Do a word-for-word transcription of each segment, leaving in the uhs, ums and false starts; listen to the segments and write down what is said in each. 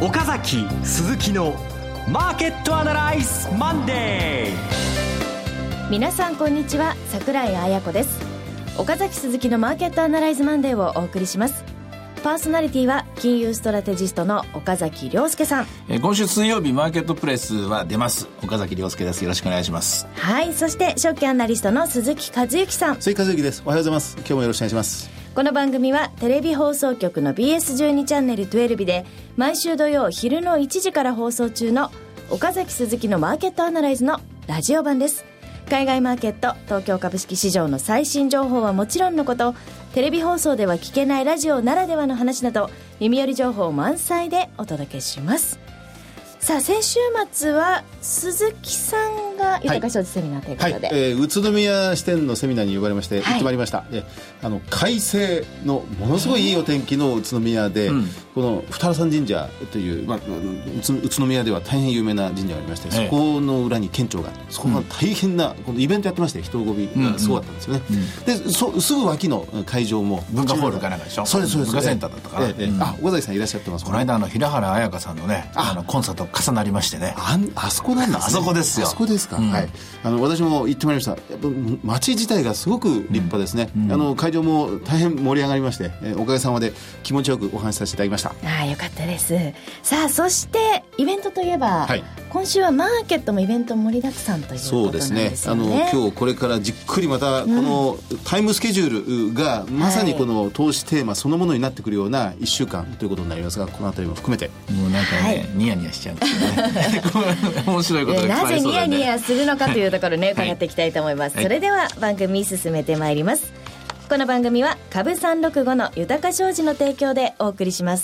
岡崎鈴木のマーケットアナライズマンデー。 皆さんこんにちは、桜井彩子です。岡崎鈴木のマーケットアナライズマンデーをお送りします。パーソナリティは金融ストラテジストの岡崎亮介さん。 え今週水曜日マーケットプレスは出ます。岡崎亮介です。よろしくお願いします。 はい、そして証券アナリストの鈴木和之さん。 鈴木和之です。おはようございます。今日もよろしくお願いします。 この番組はテレビ放送局の ビーエスじゅうに チャンネルじゅうにで毎週土曜昼のいちじから放送中の岡崎鈴木のマーケットアナライズのラジオ版です。海外マーケット、東京株式市場の最新情報はもちろんのこと、テレビ放送では聞けないラジオならではの話など耳寄り情報満載でお届けします。さあ、先週末は鈴木さんが豊か商事セミナーということで、 はいはい、えー、宇都宮支店のセミナーに呼ばれまして、はい、行ってまいりました。えあの快晴のものすごいいいお天気の宇都宮で、うん、この二原山神社という、まあ、宇都宮では大変有名な神社がありまして、そこの裏に県庁があって、そこが大変な、うん、このイベントやってまして、人混みがすごかったんですよね、うんうん、でそすぐ脇の会場も文化ホールかなんかでしょ。 そうですそうです。 文化センターだったから、ええええ、うん、 あ、岡崎さんいらっしゃってます。 この間あの平原綾香さんのね、あのコンサート重なりましてね、 あ, あそこなんですね。 あそこですよ。 あそこですか、うん、はい、あの私も行ってまいりました。やっぱ街自体がすごく立派ですね、うんうん、あの会場も大変盛り上がりまして、えおかげさまで気持ちよくお話しさせていただきました。 ああ、よかったです。さあ、そしてイベントといえば、はい、今週はマーケットもイベントも盛りだくさんということなんですよね。そうですね、あの今日これからじっくりまたこのタイムスケジュールがまさにこの投資テーマそのものになってくるようないっしゅうかんということになりますが、このあたりも含めてもうなんかね、はい、ニヤニヤしちゃうんですよね面白いことがいっぱいありそうで、ね、 なぜニヤニヤするのかというところね伺っていきたいと思います、はい、それでは番組進めてまいります。この番組は株さんろくごの豊か商事の提供でお送りします。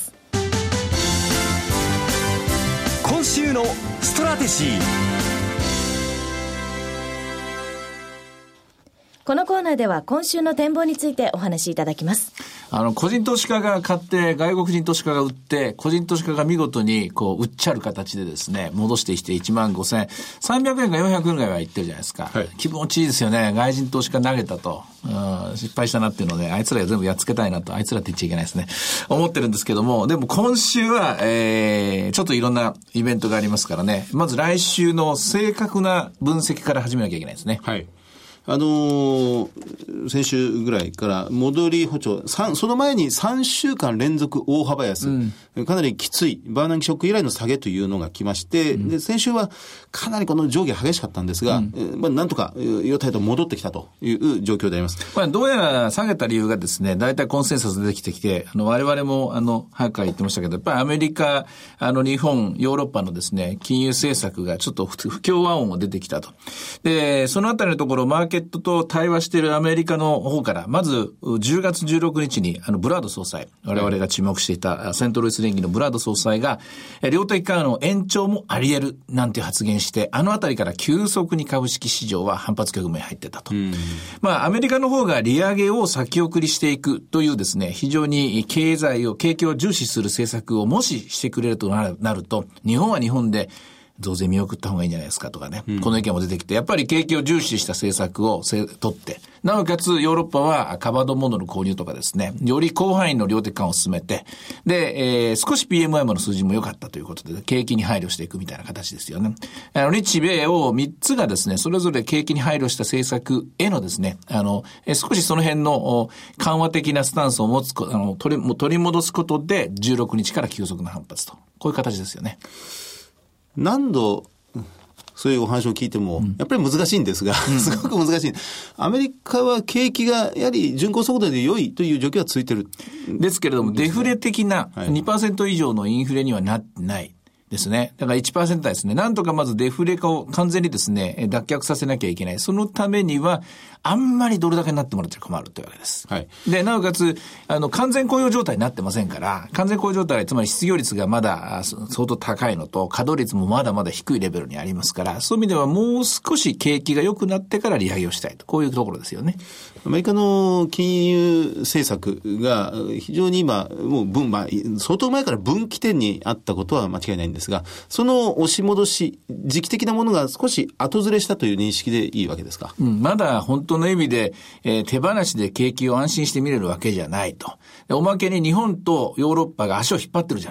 今週のストラテジー。 このコーナーでは今週の展望についてお話しいただきます。 あの個人投資家が買って外国人投資家が売って、個人投資家が見事にこう売っちゃる形でですね戻してきていちまんごせんさんびゃくえんかよんひゃくえんぐらいは言ってるじゃないですか、はい、気持ちいいですよね。外人投資家投げたと、うん、失敗したなっていうので、あいつら全部やっつけたいなと、あいつらって言っちゃいけないですね思ってるんですけども、でも今週は、えー、ちょっといろんなイベントがありますからね、まず来週の正確な分析から始めなきゃいけないですね。 はい、あのー、先週ぐらいから戻り補調、その前にさんしゅうかん連続大幅安、うん、かなりきついバーナンキショック以来の下げというのが来まして、うん、で先週はかなりこの上下激しかったんですが、うん、えーまあ、なんとか予態と戻ってきたという状況であります。 これどうやら下げた理由がですね、大体コンセンサス出てきてきて、あの我々もあの早くから言ってましたけど、やっぱりアメリカ、あの日本、ヨーロッパのですね金融政策がちょっと不協和音が出てきたと。でそのあたりのところマーケットと対話しているアメリカの方から、まずじゅうがつじゅうろくにちにあのブラード総裁、我々が注目していたセントルイス連銀のブラード総裁が量的緩和の延長もあり得るなんて発言して、あのあたりから急速に株式市場は反発局面に入ってたと。まあアメリカの方が利上げを先送りしていくというですね、非常に経済を景気を重視する政策をもししてくれるとなる、なると、日本は日本で増税見送った方がいいんじゃないですかとかね、うん、この意見も出てきて、やっぱり景気を重視した政策をせ取って、なおかつヨーロッパはカバードモノの購入とかですね、より広範囲の量的緩和を進めて、で、えー、少し ピーエムアイ もの数字も良かったということで、景気に配慮していくみたいな形ですよね。あの日米をみっつがですね、それぞれ景気に配慮した政策へのですね、あの、え少しその辺の緩和的なスタンスを持つ、あの、取り、取り戻すことで、じゅうろくにちから急速な反発と。こういう形ですよね。 何度そういうお話を聞いても、やっぱり難しいんですが、うん、すごく難しい。アメリカは景気がやはり巡航速度で良いという状況は続いている。 ですけれども、デフレ的な にパーセント 以上のインフレにはなってない。ですね。だから いちパーセント ですね。なんとかまずデフレ化を完全にですね、脱却させなきゃいけない。そのためには、あんまりドル高になってもらって困るというわけです。はい。で、なおかつ、あの、完全雇用状態になってませんから、完全雇用状態、つまり失業率がまだ相当高いのと、稼働率もまだまだ低いレベルにありますから、そういう意味ではもう少し景気が良くなってから利上げをしたいと。こういうところですよね。 アメリカの金融政策が非常に今、もう分、まあ、相当前から分岐点にあったことは間違いないんですが、その押し戻し、時期的なものが少し後ずれしたという認識でいいわけですか？ うん、まだ本当の意味で、えー、手放しで景気を安心して見れるわけじゃないと。で、おまけに日本とヨーロッパが足を引っ張ってるじゃないかと。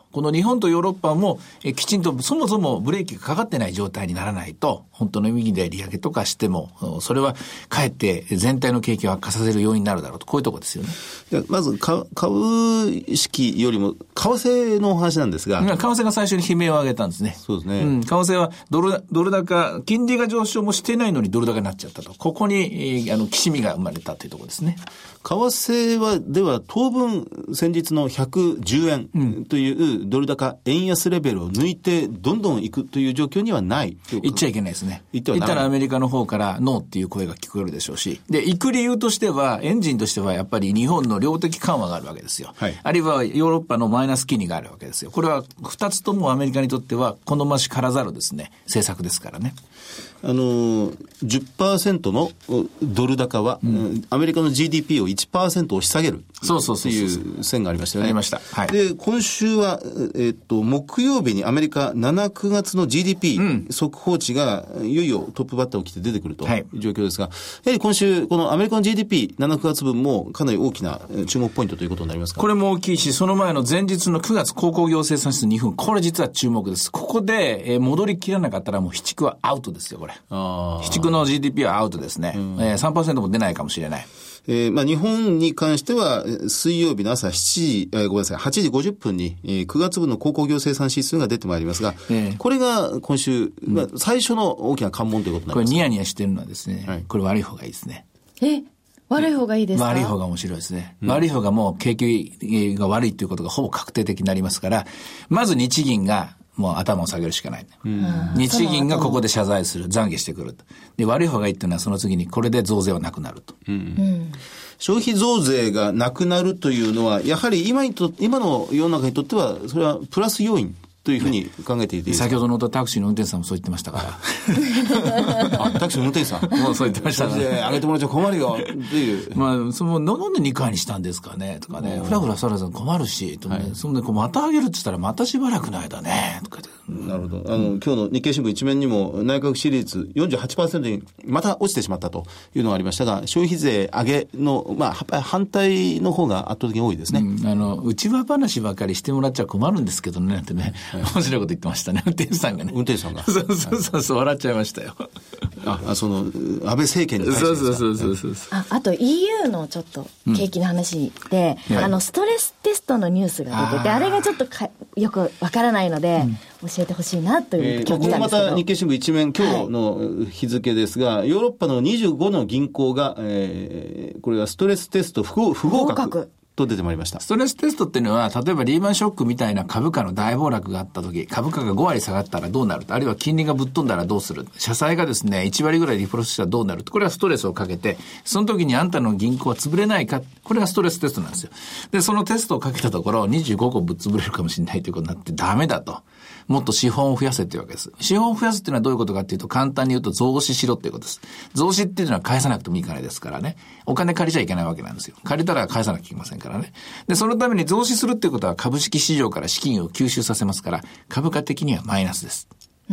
この日本とヨーロッパもえきちんとそもそもブレーキがかかってない状態にならないと、本当の意味で利上げとかしても、それはかえって全体の景気を悪化させる要因になるだろうと、こういうところですよね。 でまず株式よりも為替のお話なんですが、 為替が最初に悲鳴を上げたんですね。 そうですね。 うん、為替はドル、ドル高、金利が上昇もしてないのにドル高になっちゃったと。ここに、えー、あの、きしみが生まれたというところですね。 為替は、では当分先日のひゃくじゅうえんというドル高円安レベルを抜いてどんどんいくという状況にはない。 言っちゃいけないですね。 言ってはならない。 言ったらアメリカの方からノーっていう声が聞こえるでしょうし。で、行く理由としては、エンジンとしてはやっぱり日本の量的緩和があるわけですよ。はい、あるいはヨーロッパのマイナス金利があるわけですよ。これは二つともアメリカにとっては好ましからざるですね、政策ですからね。 あの じゅっパーセント のドル高は、うん、アメリカの ジーディーピー を いちパーセント 押し下げるという線がありましたよね。 ありました。はい。 で、今週は、えっと、木曜日にアメリカなな、くがつの ジーディーピー、うん、速報値がいよいよトップバッターを切って出てくるという状況ですが、はい、やはり今週、このアメリカの ジーディーピーなな、くがつ分もかなり大きな注目ポイントということになりますか。 これも大きいし、その前の前日のくがつ鉱工業生産指数にふん、これ実は注目です。ここで、えー、戻りきらなかったらもう非畜はアウトですよ、これ。あ非畜の ジーディーピー はアウトですね。うんえー、さんパーセント も出ないかもしれない。 えー、まあ日本に関しては水曜日の朝しちじ、えー、ごめんなさい、はちじごじゅっぷんに、えー、くがつぶんの鉱工業生産指数が出てまいりますが、えー、これが今週、まあ、最初の大きな関門ということになります。 これニヤニヤしてるのはですね、はい、これ悪い方がいいですね。 え悪い方がいいですか。 悪い方が面白いですね。うん、悪い方がもう景気が悪いということがほぼ確定的になりますから、まず日銀がもう頭を下げるしかない。うん、日銀がここで謝罪する、懺悔してくると。で、悪い方がいいっていうのはその次にこれで増税はなくなると。うんうん、 消費増税がなくなるというのは、やはり今にと、今の世の中にとっては、それはプラス要因というふうに考えていていいですか。 先ほどのタクシーの運転手さんもそう言ってましたから。 あ、タクシーの運転手さんもうそう言ってましたから。 上げてもらっちゃ困るよっていう。 まあ、その、なんでにかいにしたんですかねとかね。ふらふらさらず困るし、とね。はい、そんで、こう、また上げるって言ったらまたしばらくの間ね、とかで。 なるほど。あの、今日の日経新聞一面にも内閣支持率 よんじゅうはちパーセント にまた落ちてしまったというのがありましたが、消費税上げの、まあ、反対の方が圧倒的に多いですね。 うん、あの、内輪話ばかりしてもらっちゃ困るんですけどね、なんてね。はい、面白いこと言ってましたね、運転手さんがね。 運転手さんが。 そうそうそうそう、笑っちゃいましたよ。 あ、あその、安倍政権に対してそうそうそうそうそう。 あ、あと イーユー のちょっと景気の話で、うん、あの、ストレステストのニュースが出てて、あ, あれがちょっとかよくわからないので、うん、教えてほしいなという、 えー、今日来たんですけど。また日経新聞一面、今日の日付ですが、はい、ヨーロッパのにじゅうごの銀行が、えー、これはストレステスト不合、不合格。と出てまいりました。 ストレステストっていうのは、例えばリーマンショックみたいな株価の大暴落があった時、株価がごわり下がったらどうなると、あるいは金利がぶっ飛んだらどうする、社債がですねいちわりぐらいデフォルトしたらどうなると、これはストレスをかけて、その時にあんたの銀行は潰れないか、これがストレステストなんですよ。で、そのテストをかけたところにじゅうごこぶっ潰れるかもしれないということになってダメだと。もっと資本を増やせっていうわけです。資本を増やすっていうのはどういうことかっていうと、簡単に言うと増資しろっていうことです。増資っていうのは返さなくてもいいからですからね。お金借りちゃいけないわけなんですよ。借りたら返さなきゃいけませんからね。で、そのために増資するっていうことは株式市場から資金を吸収させますから、株価的にはマイナスです。 うん。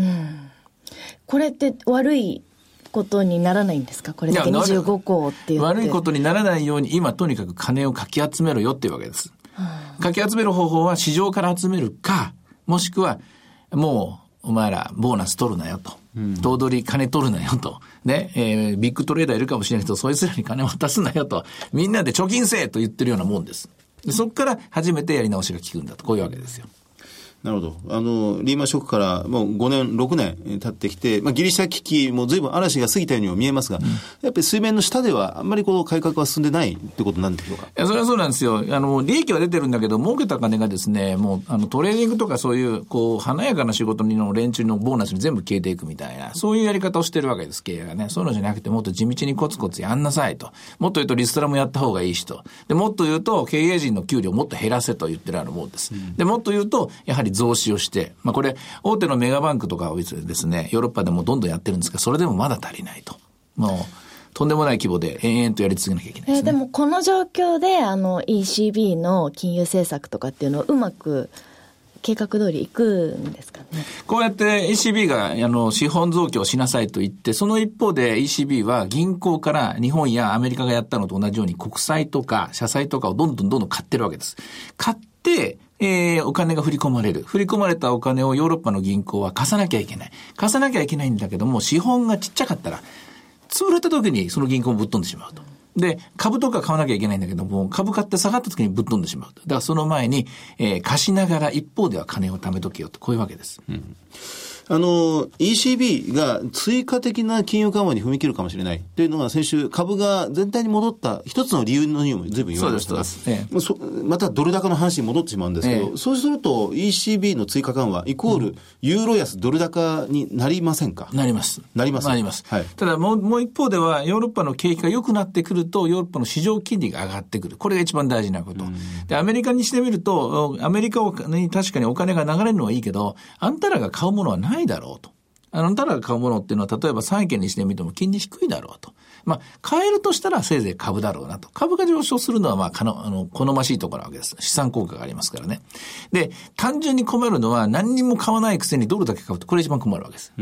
これって悪いことにならないんですか？これだけにじゅうごこって言って。 悪いことにならないように今とにかく金をかき集めろよっていうわけです。うん、かき集める方法は市場から集めるか、もしくはもうお前らボーナス取るなよと。頭取金取るなよと。ね、えー、ビッグトレーダーいるかもしれないけど、そいつらに金を渡すなよと。みんなで貯金せえと言ってるようなもんです。でそこから初めてやり直しが効くんだと。こういうわけですよ。 なるほど。あの、リーマンショックからもうごねん、ろくねん経ってきて、まあ、ギリシャ危機も随分嵐が過ぎたようにも見えますが、うん、やっぱり水面の下ではあんまりこの改革は進んでないってことなんでしょうか。 いや、それはそうなんですよ。あの、利益は出てるんだけど、儲けた金がですね、もう、あの、トレーディングとかそういう、こう、華やかな仕事の連中のボーナスに全部消えていくみたいな、そういうやり方をしてるわけです、経営がね。そういうのじゃなくて、もっと地道にコツコツやんなさいと。もっと言うとリストラもやった方がいいしと。で、もっと言うと、経営陣の給料をもっと減らせと言ってるようなもんです。うん、で、もっと言うと、やはり増資をして、まあこれ、大手のメガバンクとかをですね、ヨーロッパでもどんどんやってるんですが、それでもまだ足りないと。もう、とんでもない規模で延々とやり続けなきゃいけないですね。 えー、でもこの状況で、あの、イーシービー の金融政策とかっていうのをうまく、計画通りいくんですかね。 こうやって イーシービー があの資本増強しなさいと言って、その一方で イーシービー は銀行から日本やアメリカがやったのと同じように国債とか社債とかをどんどんどんどん買ってるわけです。買ってで、えー、お金が振り込まれる。振り込まれたお金をヨーロッパの銀行は貸さなきゃいけない。貸さなきゃいけないんだけども、資本がちっちゃかったら、潰れた時にその銀行もぶっ飛んでしまうと。で、株とか買わなきゃいけないんだけども、株買って下がった時にぶっ飛んでしまうと。だからその前に、えー、貸しながら一方では金を貯めとけよと、こういうわけです。うん、 あの、イーシービー が追加的な金融緩和に踏み切るかもしれないというのが先週株が全体に戻った一つの理由のように随分言われましたが、そうです、そうです、ええ、またドル高の話に戻ってしまうんですけど、ええ、そうすると イーシービー の追加緩和イコールユーロ安ドル高になりませんか？ なります。 なります。 なります。はい、ただもう、もう一方ではヨーロッパの景気が良くなってくるとヨーロッパの市場金利が上がってくる。これが一番大事なこと。で、アメリカにしてみると、アメリカに確かにお金が流れるのはいいけど、あんたらが買うものはないだろうと。あの、ただ買うものっていうのは、例えば債券にしてみても金利低いだろうと。まあ、買えるとしたらせいぜい株だろうなと。株が上昇するのは、まあ、かの、あの、好ましいところなわけです。資産効果がありますからね。で、単純に困るのは、何にも買わないくせにドルだけ買うと、これ一番困るわけです。うん。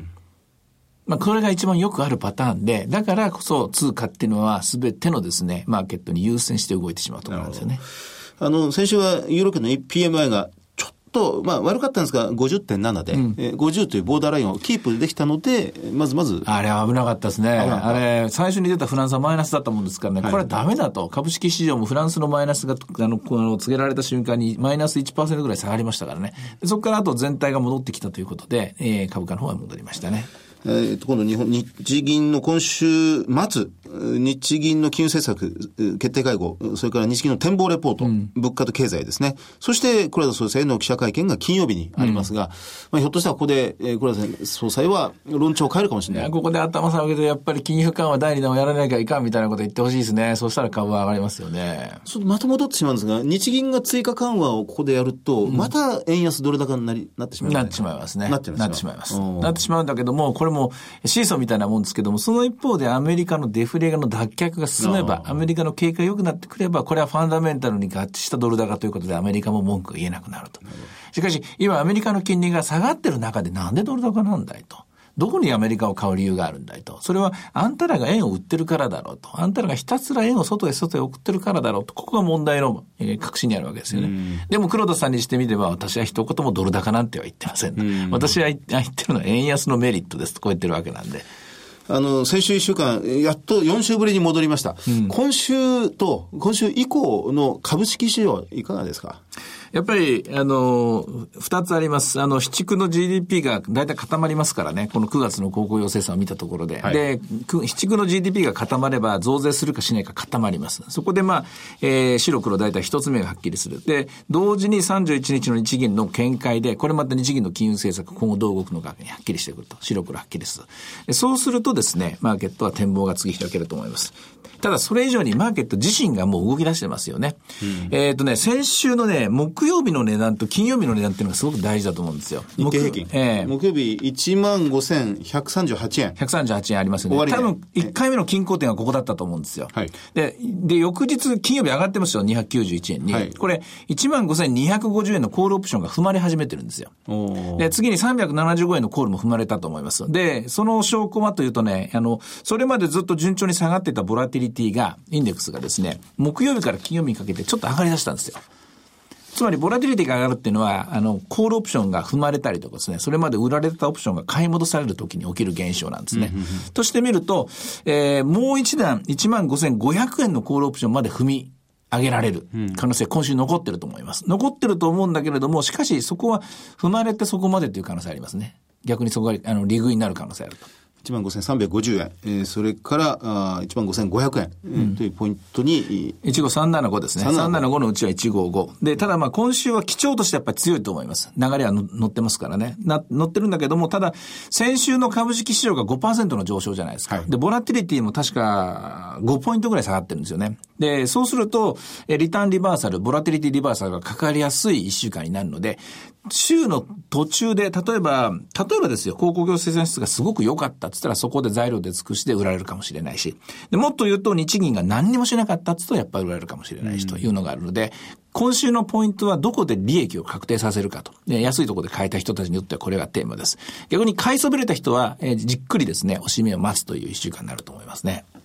まあ、これが一番よくあるパターンで、だからこそ通貨っていうのは全てのですね、マーケットに優先して動いてしまうところなんですよね。 あの、先週はユーロ圏の ピーエムアイ が、と、まあ悪かったんですが ごじゅってんなな で、うんえー、ごじゅうというボーダーラインをキープできたので、まずまず。 あれは危なかったですね。あれ、最初に出たフランスはマイナスだったもんですからね、はい、これはダメだと。株式市場もフランスのマイナスが、あの、この告げられた瞬間にマイナス いちパーセント ぐらい下がりましたからね。そこからあと全体が戻ってきたということで、えー、株価の方は戻りましたね。 えー、と今度日本、日銀の今週末、日銀の金融政策決定会合、それから日銀の展望レポート、うん、物価と経済ですね。そして黒田総裁の記者会見が金曜日にありますが、うんまあ、ひょっとしたらここで、えー、黒田総裁は論調を変えるかもしれない。いやここで頭下げてやっぱり金融緩和第二弾をやらなきゃいかんみたいなこと言ってほしいですね。そうしたら株は上がりますよね。 ちょっとまた戻ってしまうんですが、日銀が追加緩和をここでやると、うん、また円安ドル高になり、なってしまう、ね。 なってしまいますね。 なってしまいます。 なってしまいます。なってしまうんだけども、これもシーソーみたいなもんですけども、その一方でアメリカのデフレの脱却が進めば、アメリカの景気が良くなってくれば、これはファンダメンタルに合致したドル高ということでアメリカも文句が言えなくなると。しかし、今アメリカの金利が下がってる中でなんでドル高なんだいと。どこにアメリカを買う理由があるんだいと。それはあんたらが円を売ってるからだろうと。あんたらがひたすら円を外へ外へ送ってるからだろうと。ここが問題の、えー、核心にあるわけですよね。でも黒田さんにしてみれば、私は一言もドル高なんては言ってません。私は言ってるのは円安のメリットですとこう言ってるわけなんで。 あの、先週いっしゅうかん、やっとよん週ぶりに戻りました。うん、今週と、今週以降の株式市場いかがですか？ やっぱり、あの、二つあります。あの、市区の ジーディーピー がだいたい固まりますからね。このくがつの鉱工業生産を見たところで。はい、で、市区の ジーディーピー が固まれば増税するかしないか固まります。そこでまあ、えー、白黒だいたい一つ目がはっきりする。で、同時にさんじゅういちにちの日銀の見解で、これまた日銀の金融政策、今後どう動くのかはっきりしてくると。白黒はっきりする。そうするとですね、マーケットは展望が次開けると思います。ただそれ以上にマーケット自身がもう動き出してますよね。うん、えっとね、先週のね、木曜日の値段と金曜日の値段っていうのがすごく大事だと思うんですよ。 日経平均。えー、木曜日 いちまんごせんひゃくさんじゅうはちえん。 ひゃくさんじゅうはちえんありますよね。多分いっかいめの均衡点がここだったと思うんですよ。はい。で、で、翌日金曜日上がってますよ。にひゃくきゅうじゅういちえんに。はい、これ いちまんごせんにひゃくごじゅうえんのコールオプションが踏まれ始めてるんですよ。で、次にさんびゃくななじゅうごえんのコールも踏まれたと思います。で、その証拠はというとね、あの、それまでずっと順調に下がってたボラティリティが、インデックスがですね、木曜日から金曜日にかけてちょっと上がり出したんですよ。つまり、ボラティリティが上がるっていうのは、あの、コールオプションが踏まれたりとかですね、それまで売られたオプションが買い戻されるときに起きる現象なんですね。うんうんうん、としてみると、えー、もう一段いちまんごせんごひゃくえんのコールオプションまで踏み上げられる可能性、今週残ってると思います。残ってると思うんだけれども、しかしそこは踏まれてそこまでという可能性ありますね。逆にそこが、あの、利食いになる可能性あると。 いちまんごせんさんびゃくごじゅうえん、えー、それからあいちまんごせんごひゃくえん、うん、というポイントにいちごさんななごですね。さんななごのうちはいちごごで、ただまあ今週は基調としてやっぱり強いと思います。流れは乗ってますからね。な乗ってるんだけども、ただ先週の株式市場が ごパーセント の上昇じゃないですか。はい、でボラティリティも確かごポイントぐらい下がってるんですよね。でそうするとリターンリバーサル、ボラティリティリバーサルがかかりやすいいっしゅうかんになるので、週の途中で例えば例えばですよ、鉱工業生産質がすごく良かったって言ったらそこで材料で尽くして売られるかもしれないし、でもっと言うと日銀が何にもしなかったって言うとやっぱり売られるかもしれないしというのがあるので、今週のポイントはどこで利益を確定させるかと。で安いところで買えた人たちによってはこれがテーマです。逆に買いそびれた人は、えー、じっくりですね、おしめを待つといういっしゅうかんになると思いますね。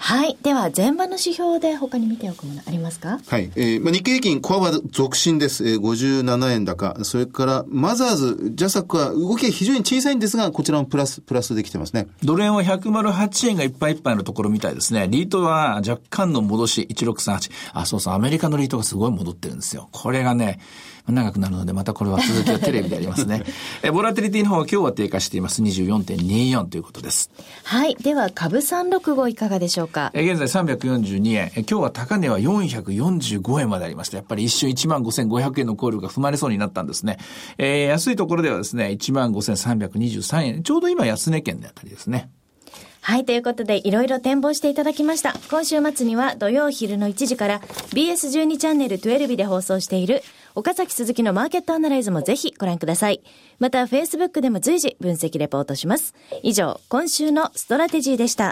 はい。では、前場の指標で他に見ておくものありますか？ はい。えー、まあ、日経平均、コアは続伸です。えー、ごじゅうななえん高。それから、マザーズ、ジャサックは動きが非常に小さいんですが、こちらもプラス、プラスできてますね。 ドル円はひゃくはちえんがいっぱいいっぱいのところみたいですね。リートは若干の戻し、いちろくさんはち。あ、そうそう、アメリカのリートがすごい戻ってるんですよ。これがね、長くなるので、またこれは続きはテレビでありますね。え、ボラティリティの方は今日は低下しています。にじゅうよんてんにじゅうよん ということです。 はい。では、株さんろくごいかがでしょうか？ え、現在さんびゃくよんじゅうにえん。え、今日は高値はよんひゃくよんじゅうごえんまでありました。やっぱり一瞬いちまんごせんごひゃくえんのコールが踏まれそうになったんですね。えー、安いところではですね、いちまんごせんさんびゃくにじゅうさんえん。ちょうど今安値圏であたりですね。 はい。ということで、いろいろ展望していただきました。今週末には土曜昼のいちじから ビーエスじゅうに チャンネルじゅうにで放送している岡崎鈴木のマーケットアナライズもぜひご覧ください。また、Facebook でも随時分析レポートします。以上、今週のストラテジーでした。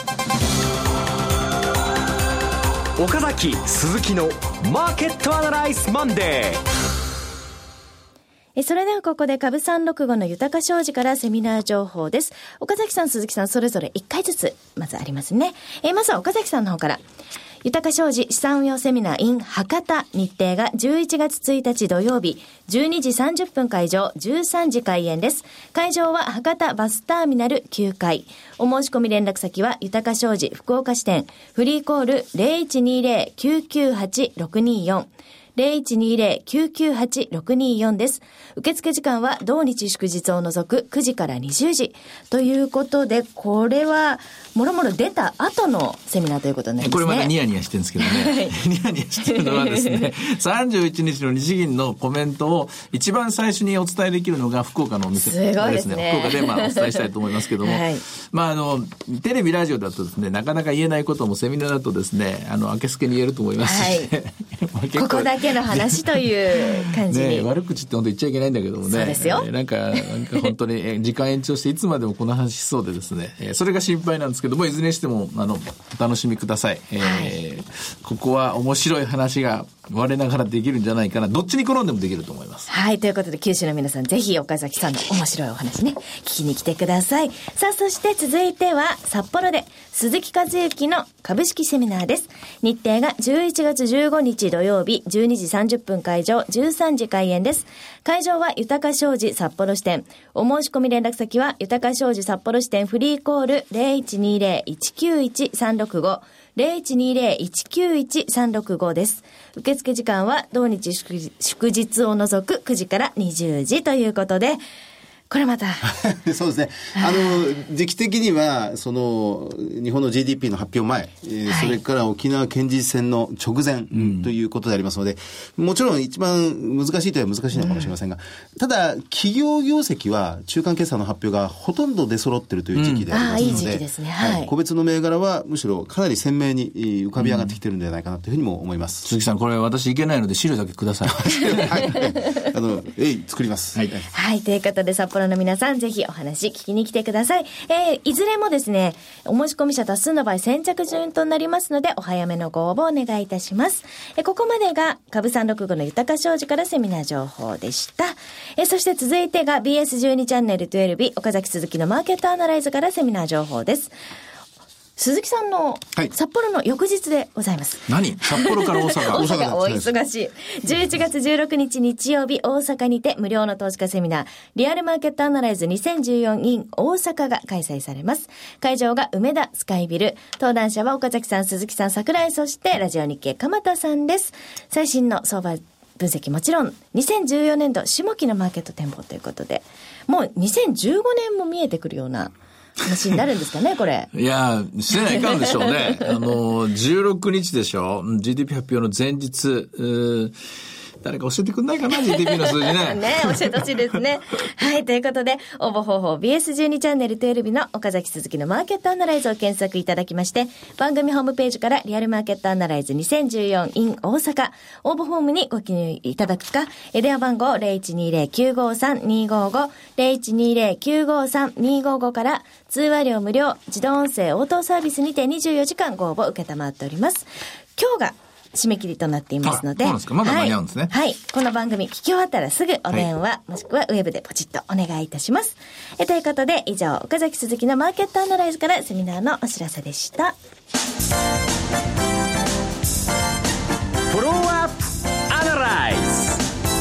岡崎鈴木のマーケットアナライズマンデー。 それではここで株さんろくごの豊か商事からセミナー情報です。岡崎さん、鈴木さん、それぞれいっかいずつまずありますね。えー、まずは岡崎さんの方から。豊か商事資産運用セミナー in 博多、日程がじゅういちがつついたち土曜日、じゅうにじさんじゅっぷん会場、じゅうさんじ開演です。会場は博多バスターミナルきゅうかい。お申し込み連絡先は豊か商事福岡支店、フリーコール ゼロいちにゼロ きゅうきゅうはち ろくにーよん。ゼロいちにゼロ きゅうきゅうはち ろくにーよん です。受付時間は同日祝日を除くくじからにじゅうじということで、これはもろもろ出た後のセミナーということになりますね。 これまたニヤニヤしてるんですけどねニヤニヤしてるのはですねさんじゅういちにちの日銀のコメントを一番最初にお伝えできるのが福岡のお店ですね。 すごいですね。 福岡でまあお伝えしたいと思いますけども、はい、まああのテレビラジオだとですね、なかなか言えないこともセミナーだとですね、あの明けすけに言えると思いますし、 はい、ここだけの話という感じに、 ね、悪口って本当言っちゃいけないんだけどもね。 そうですよ。 えー、なんかなんか本当に時間延長していつまでもこの話しそうでですね、えー、それが心配なんですけども、いずれにしてもあのお楽しみください。えーはい、ここは面白い話が我ながらできるんじゃないかな。どっちに転んでもできると思います。 はい。ということで、九州の皆さん、ぜひ岡崎さんの面白いお話ね、聞きに来てください。さあ、そして続いては、札幌で、鈴木和之の株式セミナーです。日程がじゅういちがつじゅうごにち土曜日、じゅうにじさんじゅっぷん会場、じゅうさんじ開演です。会場は豊か商事札幌支店。お申し込み連絡先は、豊か商事札幌支店フリーコール ゼロいちにゼロ いちきゅういち さんろくご。ゼロいちにゼロ いちきゅういち さんろくご です。受付時間は同日祝日を除くくじからにじゅうじということで、これまたそうですね。あの時期的にはその日本の ジーディーピー の発表前、えーはい、それから沖縄県知事選の直前ということでありますので、うん、もちろん一番難しいとは難しいのかもしれませんが、うん、ただ企業業績は中間決算の発表がほとんど出揃っているという時期でありますので、うん、あ、いい時期ですね。はいはい、個別の銘柄はむしろかなり鮮明に浮かび上がってきてるんじゃないかなというふうにも思います。 鈴木さん、これ私いけないので資料だけください。 はい、あのえい作ります。 はい、はい、ということで札幌の皆さん、ぜひお話聞きに来てください。えー、いずれもですね、お申し込み者多数の場合先着順となりますので、お早めのご応募お願いいたします。えー、ここまでが株さんろくごの豊か商事からセミナー情報でした。えー、そして続いてが ビーエスじゅうに チャンネルじゅうに岡崎鈴木のマーケットアナライズからセミナー情報です。鈴木さんの札幌の翌日でございます。 はい、何？札幌から大阪。 大阪お忙しい。じゅういちがつじゅうろくにち日曜日、大阪にて無料の投資家セミナー、リアルマーケットアナライズにせんじゅうよん in 大阪が開催されます。会場が梅田スカイビル。登壇者は岡崎さん、鈴木さん、桜井、そしてラジオ日経鎌田さんです。最新の相場分析もちろん、にせんじゅうよねんど下期のマーケット展望ということで、もうにせんじゅうごねんも見えてくるような話になるんですかね、これ。 いや、してないかんでしょうね。あの、じゅうろくにちでしょ。ジーディーピー 発表の前日、誰か教えてくんないかな、ジーディーピー の数字ね。 ね、教えてほしいですね。はい、ということで、応募方法 ビーエスじゅうに チャンネルじゅうにの岡崎鈴木のマーケットアナライズを検索いただきまして、番組ホームページからリアルマーケットアナライズにせんじゅうよん in 大阪、応募フォームにご記入いただくか、電話番号 ゼロいちにゼロ きゅうごさん にごご、ゼロいちにゼロ きゅうごさん にごご から通話料無料、自動音声応答サービスにてにじゅうよじかんご応募受けたまっております。今日が締め切りとなっていますので。 そうなんですか。まだ間に合うんですね。 はい。はい、この番組聞き終わったらすぐお電話、はい、もしくはウェブでポチッとお願いいたします。えということで、以上、岡崎鈴木のマーケットアナライズからセミナーのお知らせでした。 フォローアップアナライズ。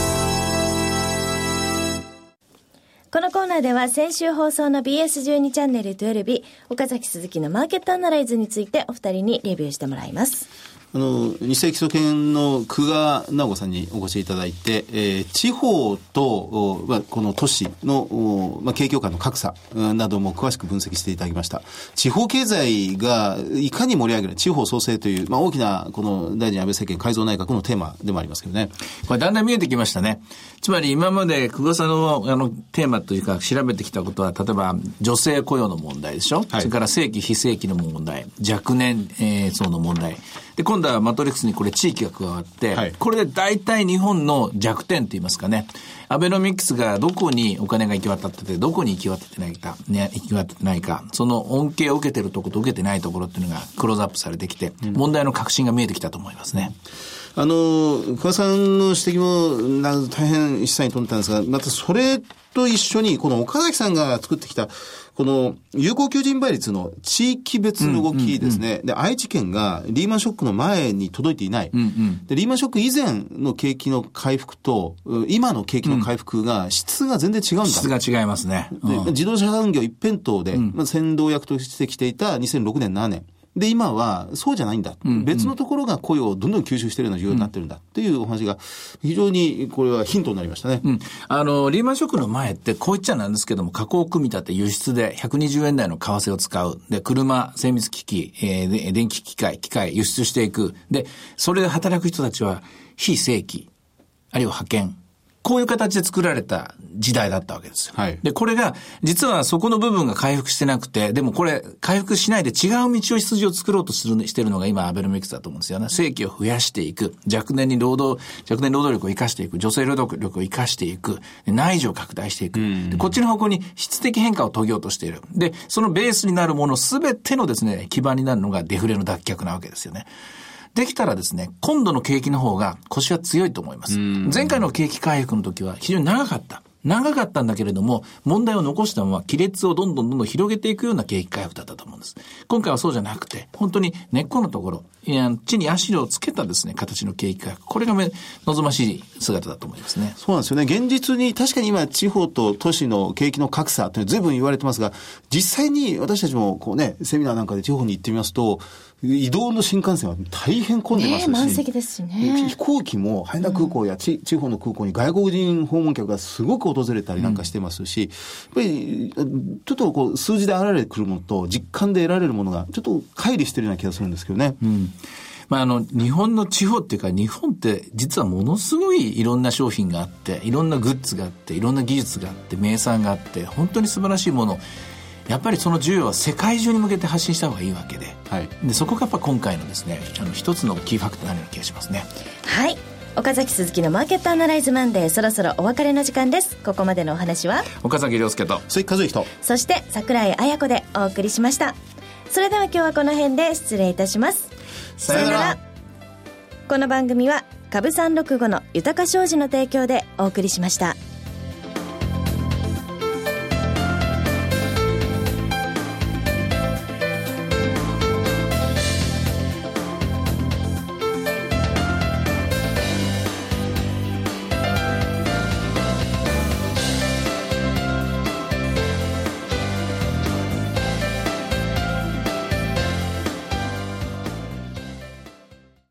このコーナーでは先週放送の ビーエスじゅうに チャンネルじゅうにビー岡崎鈴木のマーケットアナライズについてお二人にレビューしてもらいます。 あの日清基礎研の久我直子さんにお越しいただいて、えー、地方と、まあ、この都市の、まあ、景況感の格差なども詳しく分析していただきました。地方経済がいかに盛り上げる地方創生という、まあ、大きなこの第二次安倍政権改造内閣のテーマでもありますけどね。 これだんだん見えてきましたね。つまり今まで久我さんのあのテーマというか調べてきたことは、例えば女性雇用の問題でしょ、はい、それから正規非正規の問題、若年、えー、層の問題で、今度はマトリックスにこれ地域が加わって、はい、これで大体日本の弱点といいますかね、アベノミクスがどこにお金が行き渡ってて、どこに行き渡ってないか、ね、行き渡ってないか、その恩恵を受けてるところと受けてないところっていうのがクローズアップされてきて、うん、問題の核心が見えてきたと思いますね。 あの、久我さんの指摘もな大変示唆に富んでたんですが、またそれと一緒に、この岡崎さんが作ってきた、この有効求人倍率の地域別の動きですね。うんうんうん、で、愛知県がリーマンショックの前に届いていない。うんうん、で、リーマンショック以前の景気の回復と、今の景気の回復が質が全然違うんだ。 質が違いますね。 うん、で自動車産業一辺倒で、うん、まあ、先導役としてきていたにせんろくねん、ななねん。で、今はそうじゃないんだ、うんうん。別のところが雇用をどんどん吸収しているような需要になってるんだっていうお話が非常にこれはヒントになりましたね。 うん。あの、リーマンショックの前ってこう言っちゃなんですけども、加工組み立て輸出でひゃくにじゅうえん台の為替を使う。で、車、精密機器、えー、電気機械、機械輸出していく。で、それで働く人たちは非正規、あるいは派遣。こういう形で作られた時代だったわけですよ。はい。で、これが、実はそこの部分が回復してなくて、でもこれ、回復しないで違う道を筋を作ろうとする、してるのが今、アベノミクスだと思うんですよね。正規を増やしていく。若年に労働、若年労働力を生かしていく。女性労働力を生かしていく。内需を拡大していく。で、こっちの方向に質的変化を遂げようとしている。で、そのベースになるものすべてのですね、基盤になるのがデフレの脱却なわけですよね。できたらですね、今度の景気の方が腰は強いと思います。前回の景気回復の時は非常に長かった。長かったんだけれども、問題を残したまま亀裂をどんどんどんどん広げていくような景気回復だったと思うんです。今回はそうじゃなくて、本当に根っこのところ、いや地に足をつけたですね、形の景気回復。これが望ましい姿だと思いますね。 そうなんですよね。現実に確かに今地方と都市の景気の格差というのは随分言われてますが、実際に私たちもこうね、セミナーなんかで地方に行ってみますと、移動の新幹線は大変混んでますし、ね、 満席ですしね。 飛行機も羽田空港や地、うん、地方の空港に外国人訪問客がすごく訪れたりなんかしてますし、うん、やっぱりちょっとこう数字で現れてくるものと実感で得られるものがちょっと乖離してるような気がするんですけどね。 うん、まあ、あの日本の地方っていうか、日本って実はものすごいいろんな商品があって、いろんなグッズがあって、いろんな技術があって、名産があって、本当に素晴らしいもの、やっぱりその需要は世界中に向けて発信した方がいいわけで、はい、でそこがやっぱ今回のですね、あの一つのキーファクターになるような気がしますね。 はい、岡崎鈴木のマーケットアナライズマンデー、そろそろお別れの時間です。ここまでのお話は岡崎亮介と鈴木和之と、 そして櫻井彩子でお送りしました。それでは今日はこの辺で失礼いたします。 さよなら。 この番組は株さんろくごの豊か商事の提供でお送りしました。